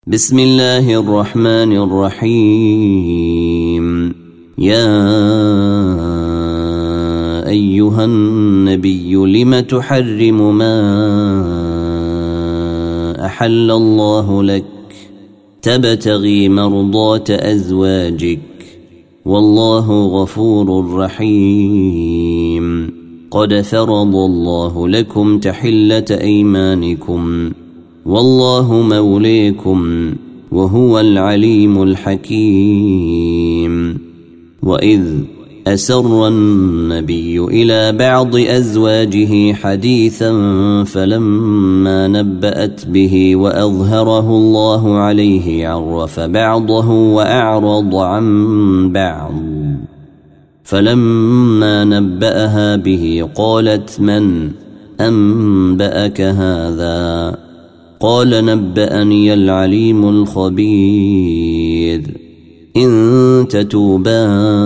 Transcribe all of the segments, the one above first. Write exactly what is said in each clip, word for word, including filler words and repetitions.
بسم الله الرحمن الرحيم. يا أيها النبي لم تحرم ما أحل الله لك تبتغي مرضات أزواجك والله غفور رحيم. قد فرض الله لكم تحلة أيمانكم والله موليكم وهو العليم الحكيم. وإذ أسر النبي إلى بعض أزواجه حديثا فلما نبأت به وأظهره الله عليه عرف بعضه وأعرض عن بعض. فلما نبأها به قالت من أنبأك هذا؟ قال نبأني العليم الخبير. إن تتوبا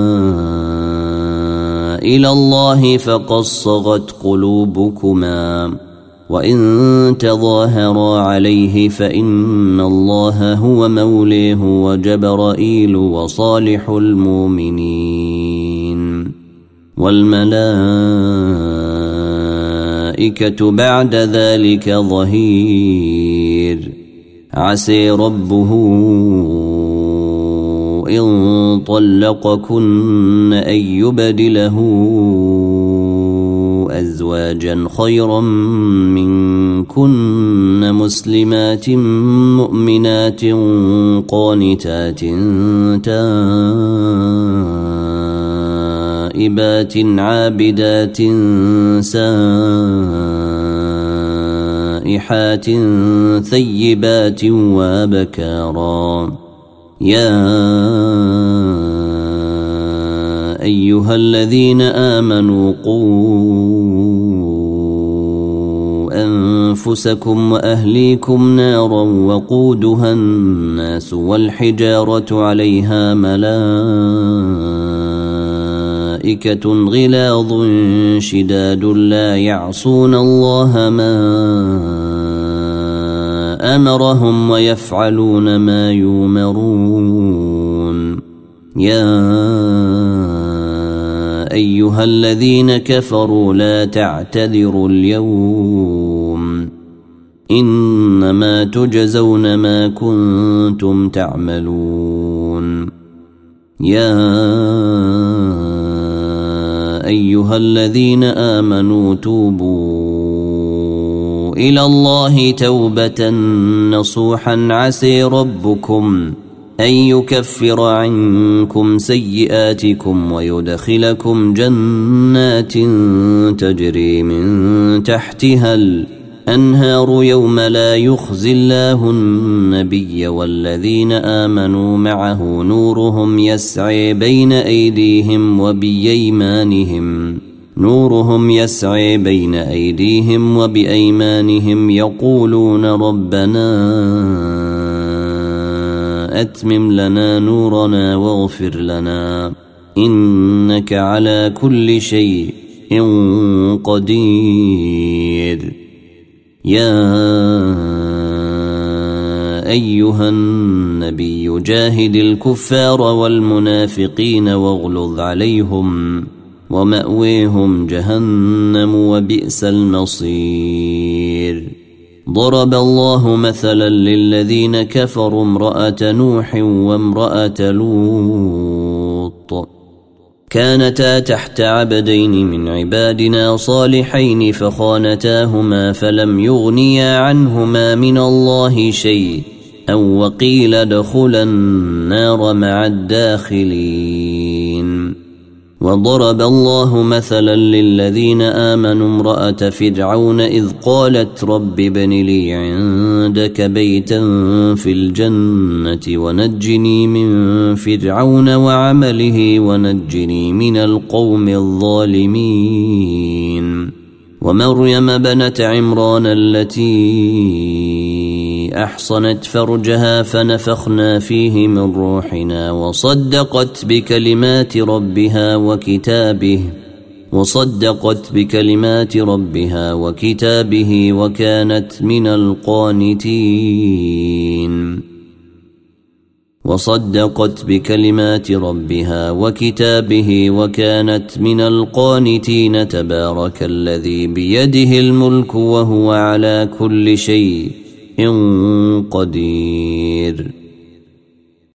إلى الله فقد صغت قلوبكما وإن تظاهرا عليه فإن الله هو موليه وجبرائيل وصالح المؤمنين والملائكة بعد ذلك ظهير. عسى ربه إن طلقكن أن يبدله أزواجا خيرا منكن مسلمات مؤمنات قانتات تائبات عابدات سائحات ثيبات وابكارا. يا أيها الذين آمنوا قوا أنفسكم وأهليكم نارا وقودها الناس والحجارة عليها ملائكة غلاظ شداد لا يعصون الله ما أمرهم ويفعلون ما يؤمرون. يا أيها الذين كفروا لا تعتذروا اليوم إنما تجزون ما كنتم تعملون. يا أيها الذين آمنوا توبوا إلى الله توبة نصوحا عسى ربكم أن يكفر عنكم سيئاتكم ويدخلكم جنات تجري من تحتها الأنهار يوم لا يخزي الله النبي والذين آمنوا معه نورهم يسعي بين أيديهم وبأيمانهم نورهم يسعي بين أيديهم وبأيمانهم يقولون ربنا أتمم لنا نورنا واغفر لنا إنك على كل شيء قدير. يا أيها النبي جاهد الكفار والمنافقين واغلظ عليهم ومأويهم جهنم وبئس المصير. ضرب الله مثلا للذين كفروا امرأة نوح وامرأة لوط كانتا تحت عبدين من عبادنا صالحين فخانتاهما فلم يغنيا عنهما من الله شيء أو وقيل ادخلا النار مع الداخلين. وضرب الله مثلا للذين آمنوا امرأة فرعون إذ قالت رب ابن لي عندك بيتا في الجنة ونجني من فرعون وعمله ونجني من القوم الظالمين. ومريم بنت عمران التي أحصنت فرجها فنفخنا فيه من روحنا وصدقت بكلمات ربها وكتابه وصدقت بكلمات ربها وكتابه وكانت من القانتين. وصدقت بكلمات ربها وكتابه وكانت من القانتين. تبارك الذي بيده الملك وهو على كل شيء قدير.